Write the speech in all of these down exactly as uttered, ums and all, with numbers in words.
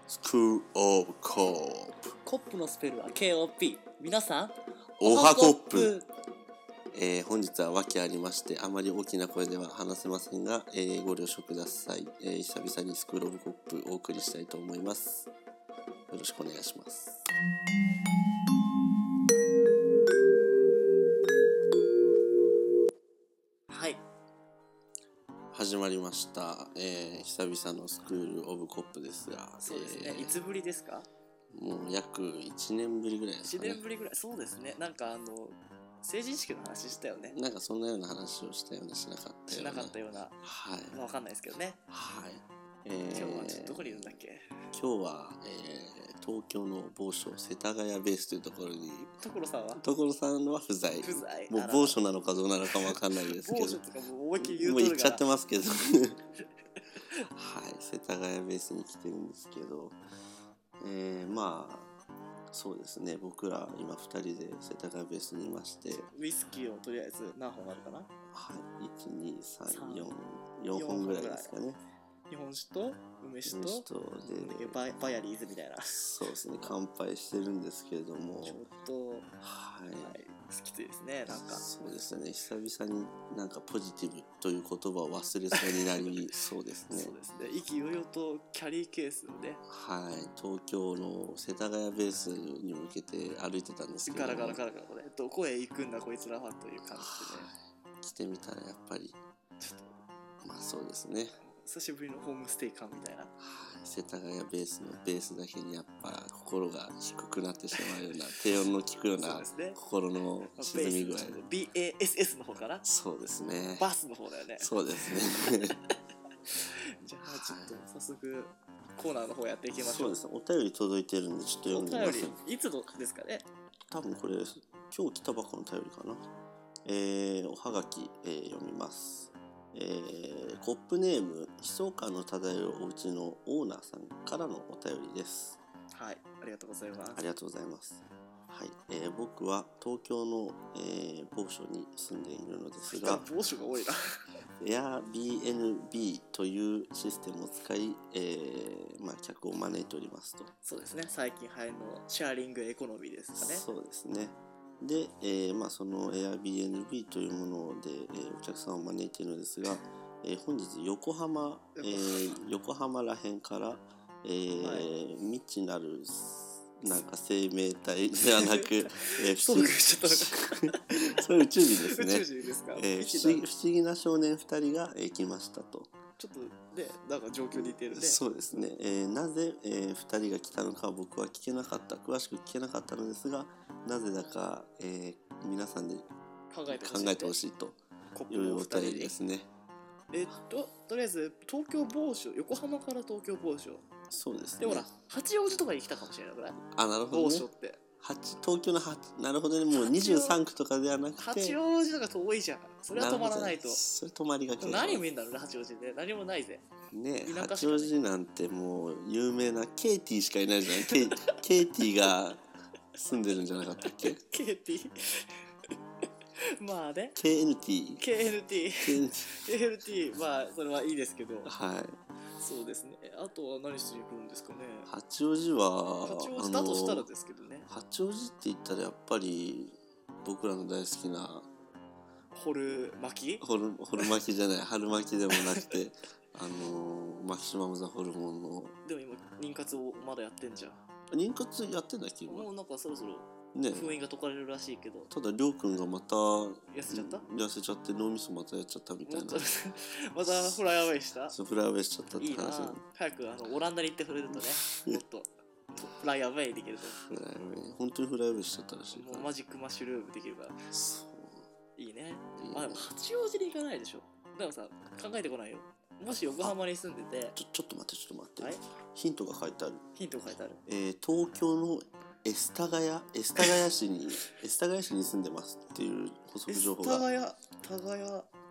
スクールオブコップ。 コップのスペルは ケーオーピー。皆さんおはコップ。えー、本日は訳ありましてあまり大きな声では話せませんが、えー、ご了承ください、えー、久々にスクールオブコップお送りしたいと思います。よろしくお願いします。 はい、 始まりました、えー、久々のスクールオブコップですが、 そうですね、 えー、 いつぶりですか？ もう約いちねんぶりぐらいですかね。 いちねんぶりぐらい、そうですね。なんかあの成人式の話したよね。 なんかそんなような話をしたようなしなかったようなしなかったような、 はい、 まあ、わかんないですけどね。 はい、えー、 今日はちょっとどこにいるんだっけ？ 今日は、えー、東京の某所世田谷ベースというところに所さんは所さんは不在不在もう某所なのかどうなのかもわかんないですけど某所とかもう思いっきり言うもう言っちゃとるからってますけどはい世田谷ベースに来てるんですけど、えー、まあそうですね、僕ら今ふたりで世田谷ベースにいまして、 ウイスキーをとりあえず何本あるかな？ はい、いち、に、さん、よん、よんほんぐらいですかね。 日本酒と梅酒と梅酒とでバイバイアリーズみたいな。 そうですね、乾杯してるんですけれども、 ちょっと、 はい、 はい、きついですね。なんかそうですね、久々になんかポジティブという言葉を忘れそうになりそうですね。 そうですね、意気揚々とキャリーケースをね、 はい、東京の世田谷ベースに向けて歩いてたんですけど、 ガラガラガラガラね、どこへ行くんだこいつらはという感じでね、 来てみたらやっぱりちょっとまあそうですね、 久しぶりのホームステイ感みたいな。 世田谷ベースのベースだけにやっぱ心が低くなってしまうような低音の聞くような心の沈み具合でビーエーエスエス の方かな。 そうですね、 バスの方だよね。 そうですねじゃあちょっと早速コーナーの方やっていきましょう。 そうですね、お便り届いてるんでちょっと読んでみます。 お便りいつのですかね。 多分これ今日来たばっかのお便りかな。えー、おはがき、えー、読みます。えー、コップネーム悲壮感の漂うお家のオーナーさんからのお便りです。 はい、ありがとうございます。 ありがとうございます。はい、えー、僕は東京の、えー、某所に住んでいるのですが某所が多いな Airbnb というシステムを使い、えーまあ、客を招いておりますと。 そうですね、最近流行りのシェアリングエコノミーですかね。 そうですね。で、えーまあ、その Airbnb というもので、えー、お客さんを招いているのですが、えー、本日横浜、えー、横浜らへんから、えーはい、未知なるなんか生命体ではなく、えー、不思議それ宇宙人ですね。 宇宙人ですか。 えー、不思議、不思議な少年ふたりが、えー、来ましたと。 ちょっとね、なんか状況似てるね。 そうですね、えー、なぜ、えー、ふたりが来たのか僕は聞けなかった詳しく聞けなかったのですが、なぜだか、えー、皆さんで考えてほしいというお便りですね。 えっととりあえず東京某所、横浜から東京某所。 そうですね。 でもほら八王子とかに来たかもしれないぐらい。 あ、なるほどね。 某所って東京のなるほどね、もうにじゅうさんくとかではなくて八王子とか遠いじゃん。それは止まらないと。 それ止まりがけ。 何見えんだろうね、八王子で。何もないぜね。八王子なんてもう有名なケイティしかいないじゃん。ケイ、ケイティが住んでるんじゃなかったっけ？ ケイティまあね、 ケーエヌティーケーエヌティー ケーエヌティー まあそれはいいですけど、 はい、 そうですね。あとは何しに来るんですかね。 八王子は八王子だとしたらですけどね。 八王子って言ったらやっぱり僕らの大好きなホル巻き？ ホルホル巻きじゃない、春巻きでもなくてあのマキシマムザホルモンの。 でも今妊活をまだやってんじゃん。 妊活やってんだっけ今？ もうなんかそろそろね、 封印が解かれるらしいけど、 ただりょうくんがまた痩せちゃった痩せちゃって脳みそまたやっちゃったみたいなまたフライアウェイした。 そうフライアウェイしちゃったって話。 いいな、早くあのオランダに行ってくれるとねもっとフライアウェイできると。 フライアウェイ本当にフライアウェイしちゃったらしい。 もうマジックマッシュルームできるから。 そういいね。 いいね。 あ、でも八王子に行かないでしょ。だからさ、考えてこないよ。もし横浜に住んでて、 ちょちょっと待ってちょっと待って、 はい、 ヒントが書いてある。 ヒントが書いてある。 えー、東京のエスタガヤエスタガヤ市にエスタガヤ市に住んでますっていう補足情報が。 エスタガヤタガヤ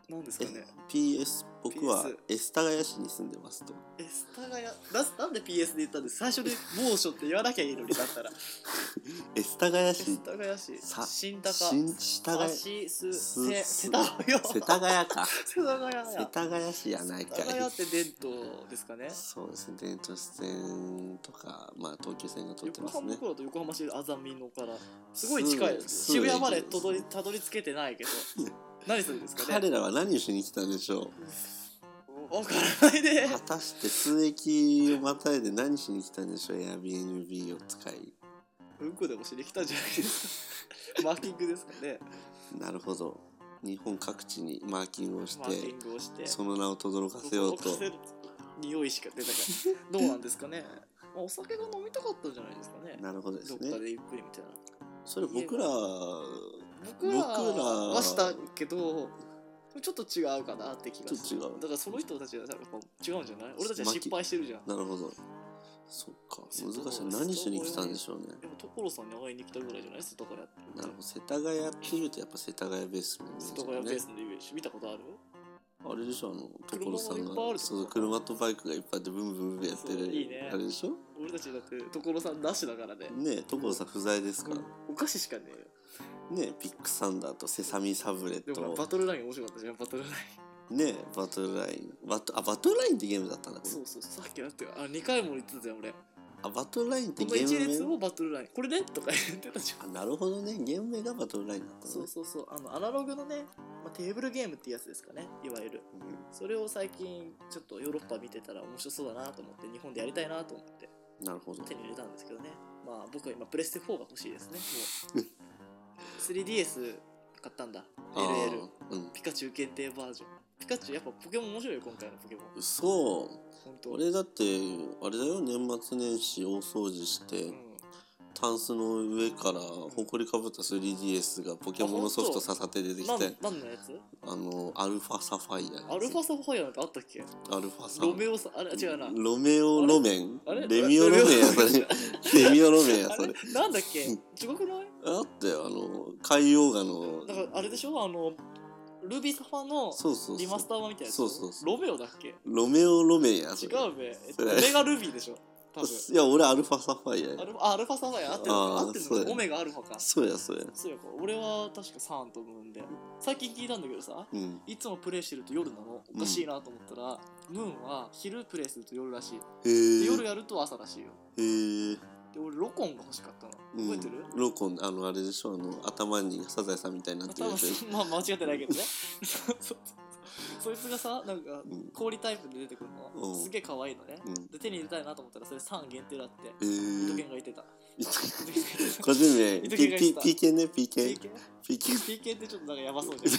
なんですかね。 ピーエス 僕はピーエスエスタガヤ市に住んでますと。 エスタガヤな、なんで ピーエス で言ったんです最初で猛暑って言わなきゃいいのにだったらエスタガヤエ市スタガヤ市さ新高新下が足すすせす世田谷世田谷か世田谷や世田谷市やないか世田谷い。 って伝統ですかね。 そうですね、電都市線とか、まあ東急線が通って横ますね。 浜からと横浜市あざみ野からすごい近いですす渋谷までたどりたどり着けてないけど何するんですかね。 彼らは何をしに来たんでしょわからないでう。果たして通駅をまたいで何しに来たんでしょう。 Airbnb を使い。 うんこでもしに来たんじゃないですかマーキングですかね。 なるほど、日本各地にマーキングをしマーキてングをしてその名を轟かせようと。 驚かせる匂いしか出たからどうなんですかね。まあ、お酒が飲みたかったんじゃないですかね。 なるほどですどっかね。 でゆっくりみたいな。 それ僕ら僕らはしたけどちょっと違うかなって気がする。 ちょっと違うだからその人たちはやっぱ違うんじゃない。俺たちは失敗してるじゃん。 なるほど、そっか、難しい。 そう何しに来たんでしょうね。 でも所さんに会いに来たぐらいじゃないですか。だからなるほど、世田谷っていうとやっぱ世田谷ベースのイメージだね。 世田谷ベースのイメージ見たことある。 あれでしょ、あの所さん車もいっぱいあるがそう車とバイクがいっぱいでブンブンブンやってる。 そういいねあれでしょ。 俺たちだって所さんダッシュだからね。 ねえ、所さん不在ですから、 お菓子しかねえよ。 ねえ、ピックサンダーとセサミサブレッでもト、 バトルライン面白かったじゃん。バトルラインねえ、バトルラインバトあバトルラインってゲームだったんだこれ。 そうそうそう、さっきだってあにかいも言ってたじゃん俺。 あバトルラインってこの一ゲーム名。 列をバトルラインこれねとか言ってたじゃん。 あなるほどね、ゲーム名がバトルラインだったのね。 そうそうそう、あのアナログのね、まあ、テーブルゲームってやつですかね、いわゆる。それを最近ちょっとヨーロッパ見てたら面白そうだなと思って日本でやりたいなと思ってなるほど。 手に入れたんですけどね。まあ僕は今プレステフォーが欲しいですね。もう スリーディーエス 買ったんだ。 エルエルあーうん。 ピカチュウ限定バージョン。ピカチュウやっぱポケモン面白いよ今回のポケモン。 そう本当。 俺だってあれだよ、年末年始大掃除して、 うん、 タンスの上からほこりかぶった スリーディーエス がポケモンのソフトささって出てきなんて、 何のやつ？ あのアルファサファイア、 アルファサファイアなんてあったっけ？ アルファサロメオさあれ違うな。 ロメオロメンあれレミオロメンやそれレミオロメンやあそれれなんだっけ？違くない？ あったよ、あの海洋画の。 だからあれでしょ、あのルビーサファのそうそうそうリマスター版みたいなやつ。 そうそうそうロメオだっけ？ ロメオロメンやそれ。 違うべ。えっとそれオメガルビーでしょ。多分。 いや俺アルファサファイアや。 アルファあアルファサファイア合ってるあのー合ってるそうやのオメガアルファか。 そうやそうや。 そうやか。俺は確かサンとムーンで。最近聞いたんだけどさ、 うんいつもプレイしてると夜なの。おかしいなと思ったら、ムーンは昼プレイすると夜らしい。 へでえ夜やると朝らしいよ。 へえ。 で俺ロコンが欲しかったの。覚えてる？ うん、ロコンあのあれでしょ、あの頭にサザエさんみたいになって多分るやつ。 まあ間違ってないけどねそうそうそいつがさなんかうん氷タイプで出てくるの、 うんすげえ可愛いのね、 うんで手に入れたいなと思ったらそれさん限定だってへ糸え。 犬が言ってた個人名糸 P 犬が言って P た P 系ね P 系ピーケー P 系ピーケー ってちょっとなんかヤバそうじゃん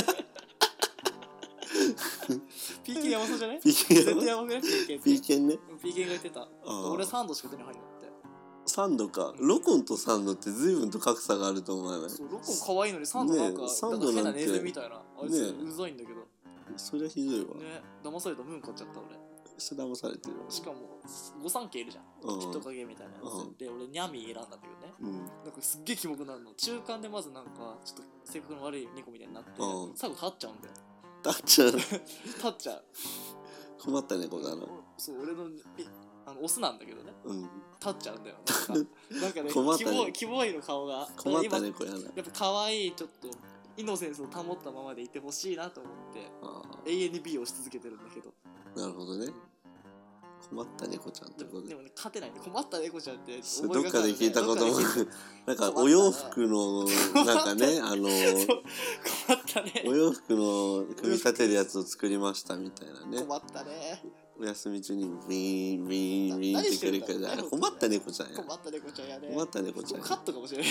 ピーケー ヤバそうじゃない P 系絶対ヤバくない ピーケー って P 系ね。 ピーケー が言ってたあ俺サンドしか手に入んなくてサンドか。ロコンとサンドって随分と格差があると思わない？ そうロコン可愛いのにサンドなんか、 ねえサンなんドなんてか変なネズミみたいなあいつねえうざいんだけどそりゃひどいわ。 ね騙されたムーン買っちゃった俺それ騙されてるわ。 しかも御三家いるじゃんうん人影みたいなやうんつで俺ニャミ選んだんだけどねうんなんかすっげえキモくなるの中間でまずなんかちょっと性格の悪い猫みたいになってうん最後立っちゃうんだよたっちゃん立っちゃう困った猫だな。 そう俺のいあのオスなんだけどねうん。 立っちゃうんだよなんかなんかね困ったねキモいキモいの顔が困った今猫やな。 やっぱ可愛いちょっとイノセンスを保ったままでいてほしいなと思ってあ永遠に B をし続けてるんだけどあ、なるほどね。困った猫ちゃんってことで。 でもね勝てないね困った猫ちゃんってそれどっかで聞いたこともどっかで聞いなんかお洋服のなんかねあのそう困ったねお洋服の組み立てるやつを作りましたみたいなね。 困ったねお休み中にビーンビーンビーンってくるからあれ困った猫ちゃんや。 困った猫ちゃんやね困った猫ちゃんや。 カットかもしれない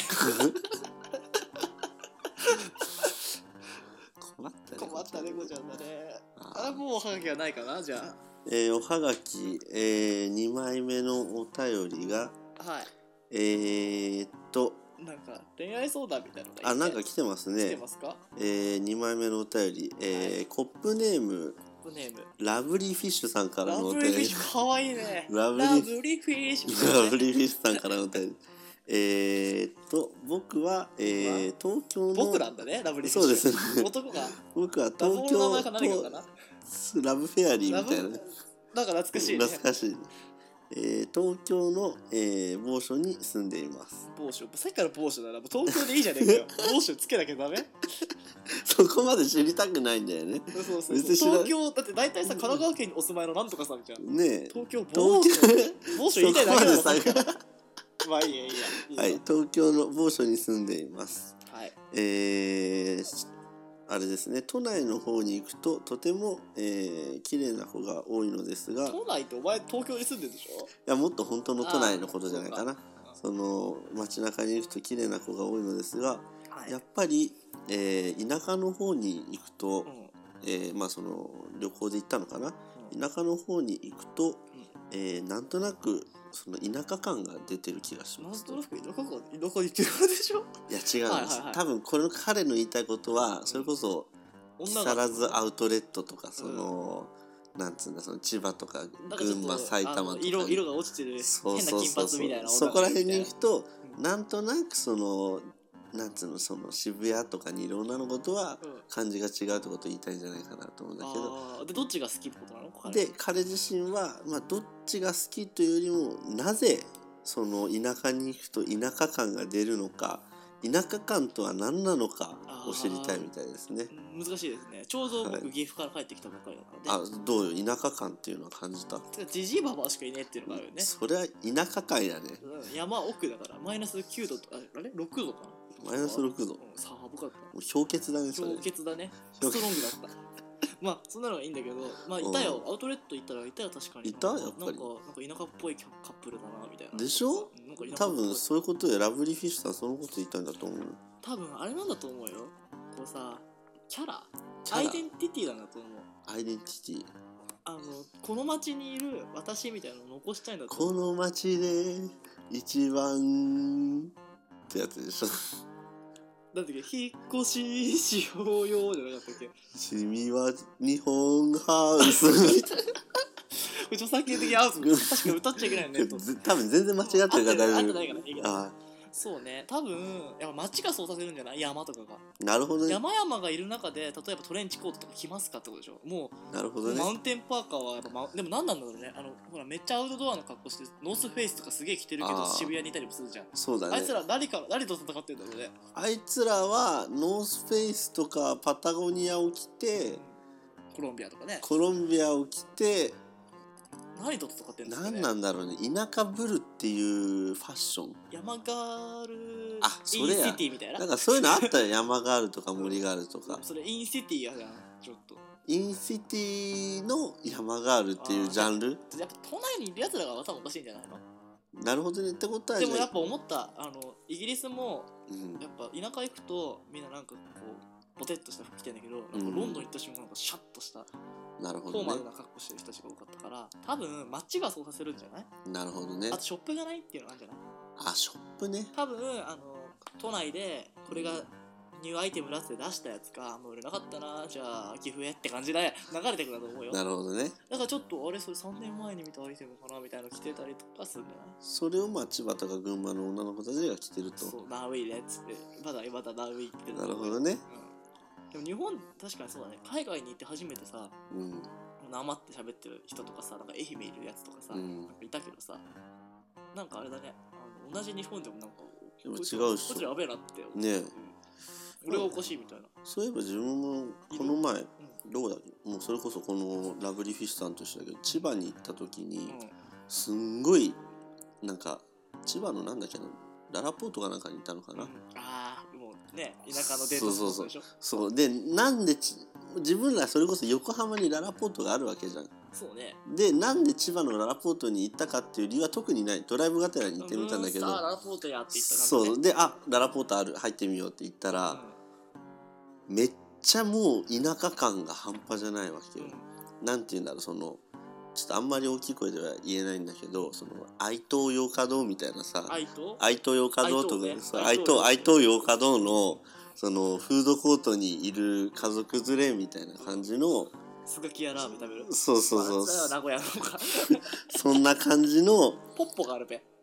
困った困った猫ちゃんだねあーあれもうおはがきがないかなじゃえーおはがき、えー、にまいめのお便りがあはいえー、っとなんか恋愛相談みたいなのがあなんか来てます来てね。 ますかえー、にまいめのお便り、えーはいコップネームコップネームラブリーフィッシュさんからラのお便りブリーフィッシュかわいいねラブリーラブリーフィッシュラブリーフィッシュさんからのお便り、 えー、っと僕は、えー、東京の僕なんだね、ラブリーフィッシュ。 そうですね男が僕はラブ東の名前か京何かかな。 とラブフェアリーみたいなラブなんか懐かしいね。 懐かしい、えー、東京の、えー、某所に住んでいます。 某所、さっきから某所だな。もう東京でいいじゃねえかよ。某所つけなきゃダメ。 そこまで知りたくないんだよね。 そうそうそう。 別に知ら東京だって大体さ、神奈川県にお住まいのなんとかさんじゃん。 ねえ東京某所某所言いたいだけだろ。 そこまでさまあいいやいいや。 はい、東京の某所に住んでいます。 はい。 えー、あれですね、都内の方に行くととても、えー、綺麗な子が多いのですが、い都内ってお前東京に住んでるでしょ。 やもっと本当の都内のことじゃないかな。 あーその街中に行くと綺麗な子が多いのですが、 はい、 やっぱり、えー、田舎の方に行くと、 うんえー、まあその旅行で行ったのかな、 うん、 田舎の方に行くと、えー、なんとなくその田舎感が出てる気がします。 なんとなく田舎か田舎に行ってるからでしょ。 いや違うんです、はいはいはい、多分これ彼の言いたいことはそれこそ木更津アウトレットとかその、うん、なんつうんだその千葉とか群馬埼玉とか色色が落ちてる変な金髪みたいなそこら辺に行くと、うん、なんとなくそのなんつうのその渋谷とかにいる女の子とは感じが違うってことを言いたいんじゃないかなと思うんだけど、 うん、でどっちが好きってことなの彼で彼自身は、まあ、どっちが好きというよりもなぜその田舎に行くと田舎感が出るのか田舎感とは何なのかを知りたいみたいですね。 難しいですね。ちょうど僕、はい、岐阜から帰ってきたばっかりだからね。 あ、どうよ田舎感っていうのは感じた？ ジジイババアしかいねえっていうのがあるよね。 それは田舎感やね、 うん、山奥だからマイナスきゅうどとあれろくどかな。 マイナスろくど、うん、 寒かった。もう氷結だね。それ氷結だね。ストロングだったまあそんなのはいいんだけど、まあいたよ、アウトレット行ったらいたよ確かに。 いたやっぱり。 なんかなんか田舎っぽいカップルだなみたいな。 でしょ？多分そういうことでラブリーフィッシュさんそのこと言ったんだと思う。 多分あれなんだと思うよ。こうさキャラ、アイデンティティなんだと思う。 アイデンティティ。 あのこの街にいる私みたいなのを残したいんだと思う。 この街で一番ってやつでしょ。 なんだっけ、引っ越ししようよじゃなかったっけ。 君は日本ハウスみたいな。 著作権的アウト確か歌っちゃいけないよね。 多分全然間違ってるから大丈夫。 合ってないからいいけど。あそうね、多分やっぱ街がそうさせるんじゃない？山とかが。 なるほどね。 山々がいる中で例えばトレンチコートとか着ますかってことでしょ。もうなるほどね。 マウンテンパーカーはやっぱ、ま、でも何なんだろうね。あのほらめっちゃアウトドアの格好してノースフェイスとかすげえ着てるけど渋谷にいたりもするじゃん。 そうだね。 あいつら誰か誰と戦ってんだろうね。 あいつらはノースフェイスとかパタゴニアを着て、 コロンビアとかね。 コロンビアを着て。 何と戦ってんですかね。 何なんだろうね。田舎ブルっていうファッション。 山ガールあ、それや。 インシティみたいな。 なんかそういうのあったよ。山ガールとか森ガールとか。 それインシティやじゃん。ちょっと。 インシティの山ガールっていうジャンル。 やっぱ都内にいるやつらが頭おかしいんじゃないの。 なるほどね。ってことはでもやっぱ思ったあのイギリスも、 うん、 やっぱ田舎行くとみんななんかこうポテッとした服着てんだけど、なんかロンドン行った瞬間なんかシャッとした。なるほどね、フォーマルな格好してる人たちが多かったから多分街がそうさせるんじゃない？ なるほどね。 あとショップがないっていうのがあるんじゃない？ あ、ショップね。 多分あの都内でこれがニューアイテムラスで出したやつかもう売れなかったなじゃあ岐阜へって感じで流れてくると思うよ。 なるほどね。 だからちょっとあれそれさんねんまえに見たアイテムかなみたいなの着てたりとかするんじゃない？ それをまあ千葉とか群馬の女の子たちが着てると。 そうナウイでっつってまだまだナウイってなるほどね、 うん、でも日本確かにそうだね。海外に行って初めてさ、うん、なまって喋ってる人とかさなんか愛媛いるやつとかさ、うん、なんかいたけどさなんかあれだねあの同じ日本でもなんかでも違うっしょ。こっちやべえなってねえ、うん、 俺はおかしいみたいな。 そういえば自分もこの前、うん、どうだっけもうそれこそこのラブリーフィッシュさんと一緒だけど千葉に行った時に、うん、すんごいなんか千葉のなんだっけなララポートかなんかにいたのかな、うん、 ああもうね田舎のデートスポットでしょ。 そうそうそうそうでなんでち自分らそれこそ横浜にララポートがあるわけじゃん。 そうね。 でなんで千葉のララポートに行ったかっていう理由は特にない。ドライブがてらに行ってみたんだけど、 さあララポートやって言った感じ、ね、そうであララポートある入ってみようって言ったら、うん、めっちゃもう田舎感が半端じゃないわけよ、うん、なんて言うんだろうそのちょっとあんまり大きい声では言えないんだけどその愛東洋華堂みたいなさ愛東愛東洋華堂とか愛東愛東洋華堂のそのフードコートにいる家族連れみたいな感じのスガキヤラーメン食べる。 そうそうそう、 まあ、名古屋のかそんな感じのポッポがあるべ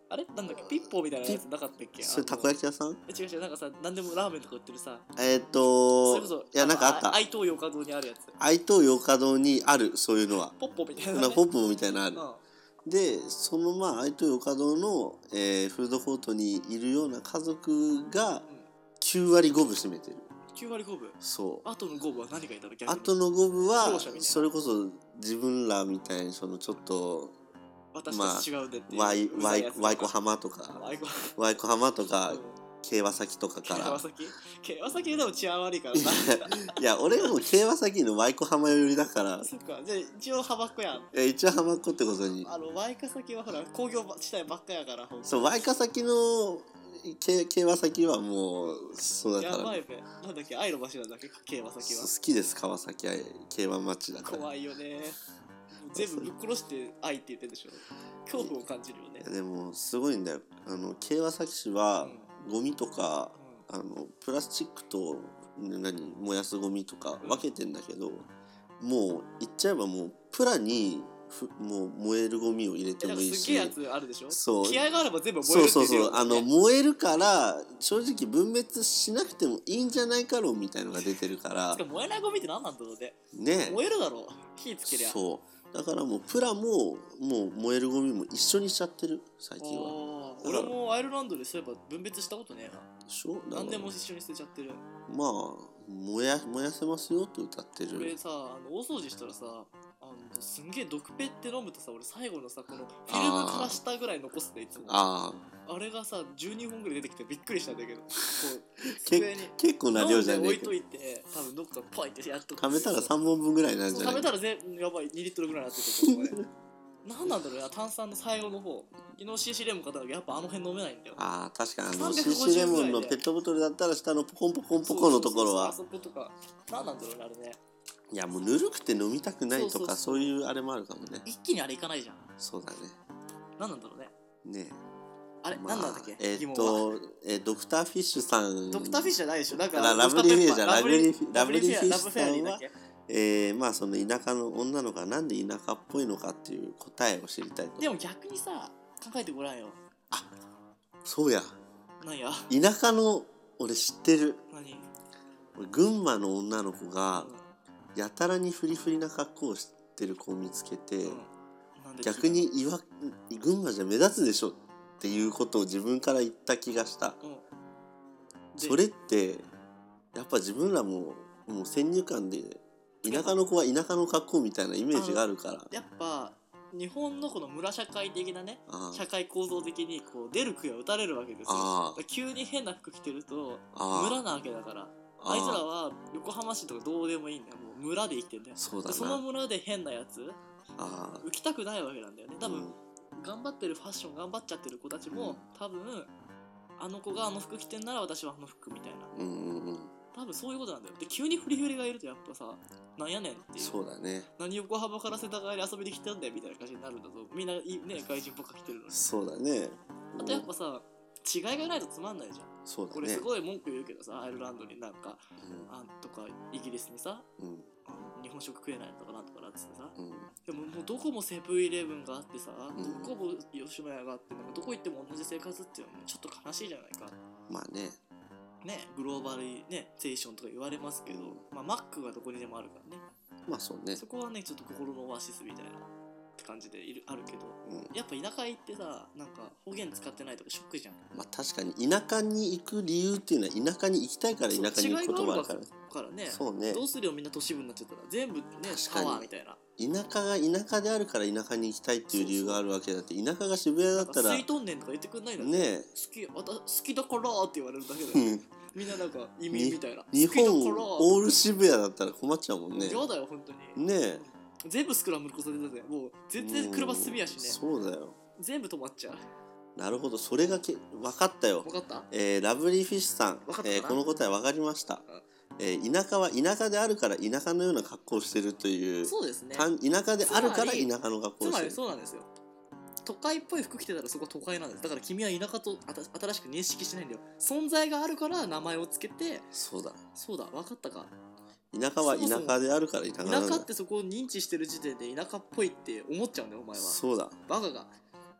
あれなんだっけ、ピッポーみたいなやつなかったっけ。 それたこ焼き屋さん？ え違う違う、なんかさ、なんでもラーメンとか売ってるさ、 えーっとそれこそいやなんかあった。 愛東洋華堂にあるやつ、 愛東洋華堂にある、そういうのはポッポみたいな、ね、 なポッポみたいなのある、 うん、 でそのまあ愛東洋華堂の、えー、フードコートにいるような家族がきゅうわりごぶ占めてる。 きゅうわりごぶ。 そう。 あとのごぶは何がいたの？逆に。 あとのごぶはそれこそそ自分らみたいにそのちょっと私たち違うでっていう、 まあ、ワイワイワイコハ浜とかワイコワイコ浜とか、 うん、 京和崎とかから京和崎京和崎でも治安悪いからないや俺も京和崎のワイコ浜寄りだからそっか、じゃあ一応浜っ子やん。いや一応浜っ子ってことに。 あのワイカ崎はほら工業地帯ばっかやから。 そうワイカ崎の京和崎はもうそうだから、 やばいべ。なんだっけ、愛の橋なんだっけ、京和崎は。 好きです川崎愛京和町だから。 怖いよね。全部ぶっ殺して愛って言ってるでしょ。恐怖を感じるよね。 でもすごいんだよ。あの京和崎市は、うん、ゴミとか、うん、あのプラスチックと何燃やすゴミとか分けてんだけど、うん、もう言っちゃえばもうプラにふもう燃えるゴミを入れてもいいし、 すげえやつあるでしょ。 そう気合があれば全部燃えるっていう、ね、 そうそうそう、あの燃えるから正直分別しなくてもいいんじゃないかろうみたいのが出てるから燃えないゴミって何なんだろうね。 ね、 燃えるだろう、火つけりゃ。 そうだからもうプラももう燃えるゴミも一緒にしちゃってる最近は。 俺もアイルランドでそういえば分別したことねえな。 でしょ。 何でも一緒に捨てちゃってる。 まあ燃や燃やせますよって歌ってる。 俺さ、あの大掃除したらさ、あのすんげえ毒ペって飲むとさ、俺最後のさこのフィルムから下ぐらい残すねいつも。ああれがさじゅうにほんぐらい出てきてびっくりしたんだけど、こう机に結構な量じゃねえ置いといて、多分どっかポイってやっと溜めたらさんぼんぶんぐらいなんじゃない。 溜めたらぜやばいにリットルぐらいになってると思う。なんなんだろうな、炭酸の最後の方。昨日 シーシー レモン買った時やっぱあの辺飲めないんだよ。 ああ確かにあの シーシー レモンのペットボトルだったら下のポコンポコンポコンのところは。 そうそうそうそう、あそことか。なんなんだろうねあれね。 いやもうぬるくて飲みたくないとか、そうそうそう、そういうあれもあるかもね。 一気にあれいかないじゃん。 そうだね。 なんなんだろうね。 ねえ。 あれ、まあ、なんなんだっけ。 えー、っと、えー、ドクターフィッシュさん。 ドクターフィッシュじゃないでしょ。なんかラブリーフィッシュじゃん。ラブリーフィラブリーフィッシュさんは。えー、まあその田舎の女の子がなんで田舎っぽいのかっていう答えを知りたいと。 でも逆にさ考えてごらんよ。 あ、そうや。 何や。 田舎の俺知ってる。 何？ 俺群馬の女の子が、うん、やたらにフリフリな格好をしてる子を見つけて、うん、逆に岩群馬じゃ目立つでしょっていうことを自分から言った気がした。うん、それってやっぱ自分らももう先入観で。田舎の子は田舎の格好みたいなイメージがあるから、 やっぱ日本のこの村社会的なね、社会構造的にこう出る杭は打たれるわけですよ。急に変な服着てると村なわけだから、あいつらは横浜市とかどうでもいいんだよ。もう村で生きてんだよ。そうだな。その村で変なやつ浮きたくないわけなんだよね多分、うん、頑張ってるファッション頑張っちゃってる子たちも、うん、多分あの子があの服着てんなら私はあの服みたいな、うんうんうん、多分そういうことなんだよ。で急にフリフリがいるとやっぱさなんやねんっていう。 そうだね。 何横浜から世田谷に遊びに来てんだよみたいな感じになるんだぞ。みんないいね、外人ばっか来てるのに。 そうだね。 あとやっぱさ違いがないとつまんないじゃん。 そうだね。 これすごい文句言うけどさ、アイルランドになんか、うん、あとかイギリスにさ、うん、あの日本食食えないとかなんとかなってさ、うん、でももうどこもセブンイレブンがあってさ、うん、どこも吉野家があってなんかどこ行っても同じ生活っていうのはちょっと悲しいじゃないか。 まあね。 ね、グローバルねテーションとか言われますけど、うん、まあマックがどこにでもあるからね。 まあそうね。 そこはねちょっと心のオアシスみたいなって感じでいるあるけど、うん、やっぱ田舎行ってさなんか方言使ってないとかショックじゃん。 まあ確かに田舎に行く理由っていうのは田舎に行きたいから田舎に行くこともあるから。 からね。 そうね。 どうするよみんな都市部になっちゃったら全部ねタワーみたいな。 田舎が田舎であるから田舎に行きたいっていう理由があるわけだって。田舎が渋谷だったら水遁ねんとか言ってくんないのね。 好きあた好きだからって言われるだけでみんななんか移民みたいな。 日本オール渋谷だったら困っちゃうもんね。 嫌だよ本当に。ねえ。全部スクランブル交差点だぜ。もう全然車進みやしね。 そうだよ。 全部止まっちゃう。 なるほど、それがけ分かったよ。 分かった？ えー、ラブリーフィッシュさん、えー、この答え分かりました。えー、田舎は田舎であるから田舎のような格好をしてるという。 そうですね。 田舎であるから田舎の格好をしてる。 つまりそうなんですよ。都会っぽい服着てたらそこは都会なんです。だから君は田舎と新しく認識しないんだよ。存在があるから名前をつけて。 そうだ。 そうだ、分かったか。 田舎は田舎であるから田舎なんだ。 田舎ってそこを認知してる時点で田舎っぽいって思っちゃうんだよお前は。 そうだ。 バカが。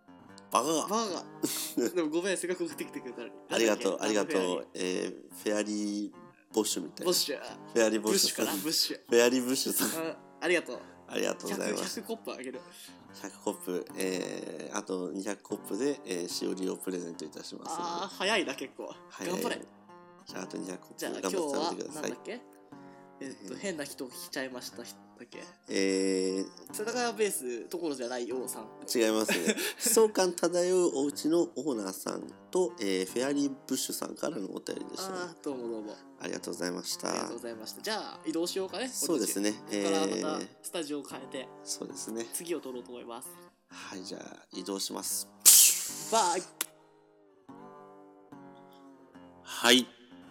バカがバカがでもごめんせっかく送ってきてくれたのにありがとうありがとフェアリーう、えー、フェアリーボッシュみたいなボッシュフェアリーボッシュさんブッシュかなブッシュフェアリーブッシュさんあありがとうありがとうございますひゃく, ひゃくコップあげるひゃくコップ、えー、あとにひゃくコップで、えー、しおりをプレゼントいたしますのでああ早いな結構早い頑張れじゃああとにひゃくコッじゃあプ今日は頑張って食べてくださいなんだっけえっと、変な人来ちゃいました人だっけえ世田谷ベースところじゃないよさんー、違いますね悲壮感漂うお家のオーナーさんと、えー、フェアリーブッシュさんからのお便りでしたね。 ああどうもどうもありがとうございましたありがとうございましたじゃあ移動しようかねそうですねここからまたえースタジオを変えてそうですね次を撮ろうと思いますはいじゃあ移動しますバイはい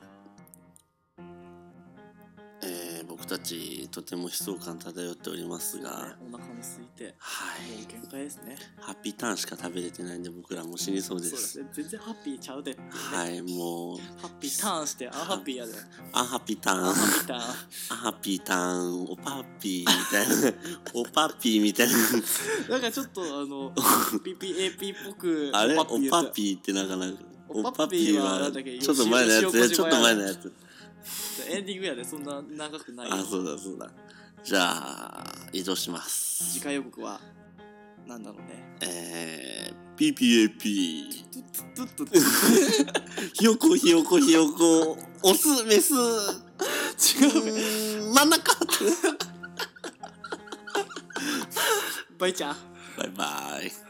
えー、僕たちとても悲壮感漂っておりますがお腹も空いてはいもう限界ですねハッピーターンしか食べれてないんで僕らも死にそうでそうですすね全然ハッピーちゃうでっていうねはいもうハッピーターンしてアンハッピーやでアンハッピーターンアンハッピーターンアンハッピーターンおパッピーみたいなおパッピーみたいななんかちょっとあのピピエーピーっぽくあれおパ言ったッピーってなかなかおパッピーはなんだっけちょっと前のやつ吉岡島ちょっと前のやつエンディングやでそんな長くないよあそうだそうだじゃあ移動します次回予告はなんだろうねえー、ピーピーエーピートゥットゥットゥッひよこひよこひよこオスメス違うね真ん中バイちゃんバイバイ